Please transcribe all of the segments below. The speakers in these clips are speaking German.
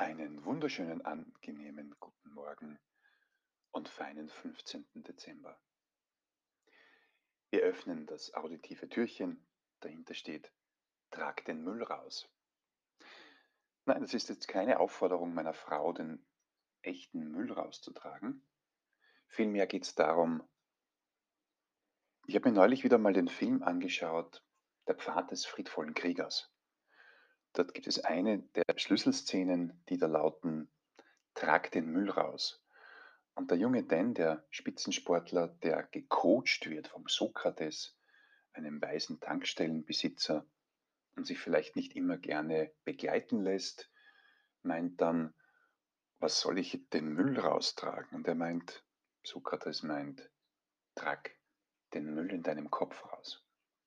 Einen wunderschönen, angenehmen guten Morgen und feinen 15. Dezember. Wir öffnen das auditive Türchen. Dahinter steht: Trag den Müll raus. Nein, das ist jetzt keine Aufforderung meiner Frau, den echten Müll rauszutragen. Vielmehr geht es darum, ich habe mir neulich wieder mal den Film angeschaut, Der Pfad des friedvollen Kriegers. Dort gibt es eine der Schlüsselszenen, die da lauten: Trag den Müll raus. Und der junge Dan, der Spitzensportler, der gecoacht wird vom Sokrates, einem weisen Tankstellenbesitzer, und sich vielleicht nicht immer gerne begleiten lässt, meint dann: „Was soll ich den Müll raustragen?“ Und er meint, Sokrates meint: „Trag den Müll in deinem Kopf raus.“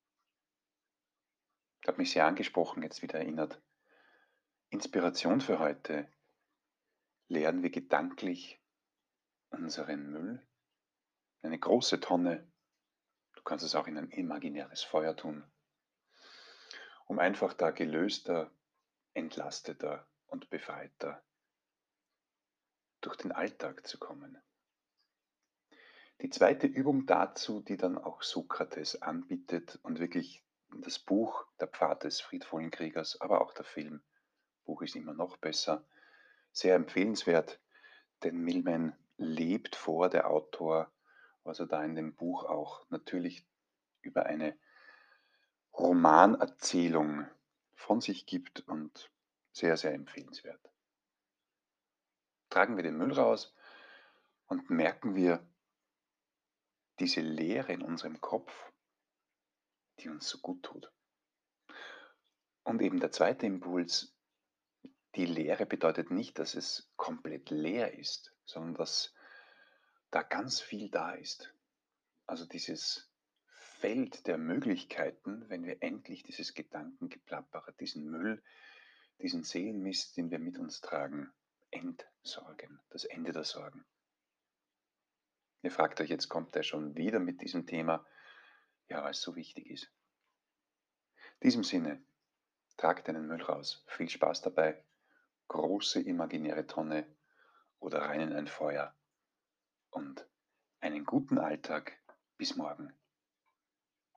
Hat mich sehr angesprochen, jetzt wieder erinnert. Inspiration für heute: Leeren wir gedanklich unseren Müll, eine große Tonne, du kannst es auch in ein imaginäres Feuer tun, um einfach da gelöster, entlasteter und befreiter durch den Alltag zu kommen. Die zweite Übung dazu, die dann auch Sokrates anbietet und wirklich das Buch Der Pfad des friedvollen Kriegers, aber auch der Film, Buch ist immer noch besser, sehr empfehlenswert, denn Millman lebt vor, der Autor, was er da in dem Buch auch natürlich über eine Romanerzählung von sich gibt und sehr, sehr empfehlenswert. Tragen wir den Müll raus und merken wir diese Leere in unserem Kopf, die uns so gut tut. Und eben der zweite Impuls, die Leere bedeutet nicht, dass es komplett leer ist, sondern dass da ganz viel da ist. Also dieses Feld der Möglichkeiten, wenn wir endlich dieses Gedankengeplapper, diesen Müll, diesen Seelenmist, den wir mit uns tragen, entsorgen, das Ende der Sorgen. Ihr fragt euch, jetzt kommt er schon wieder mit diesem Thema. Ja, weil es so wichtig ist. In diesem Sinne, trag deinen Müll raus. Viel Spaß dabei. Große imaginäre Tonne oder rein in ein Feuer. Und einen guten Alltag. Bis morgen.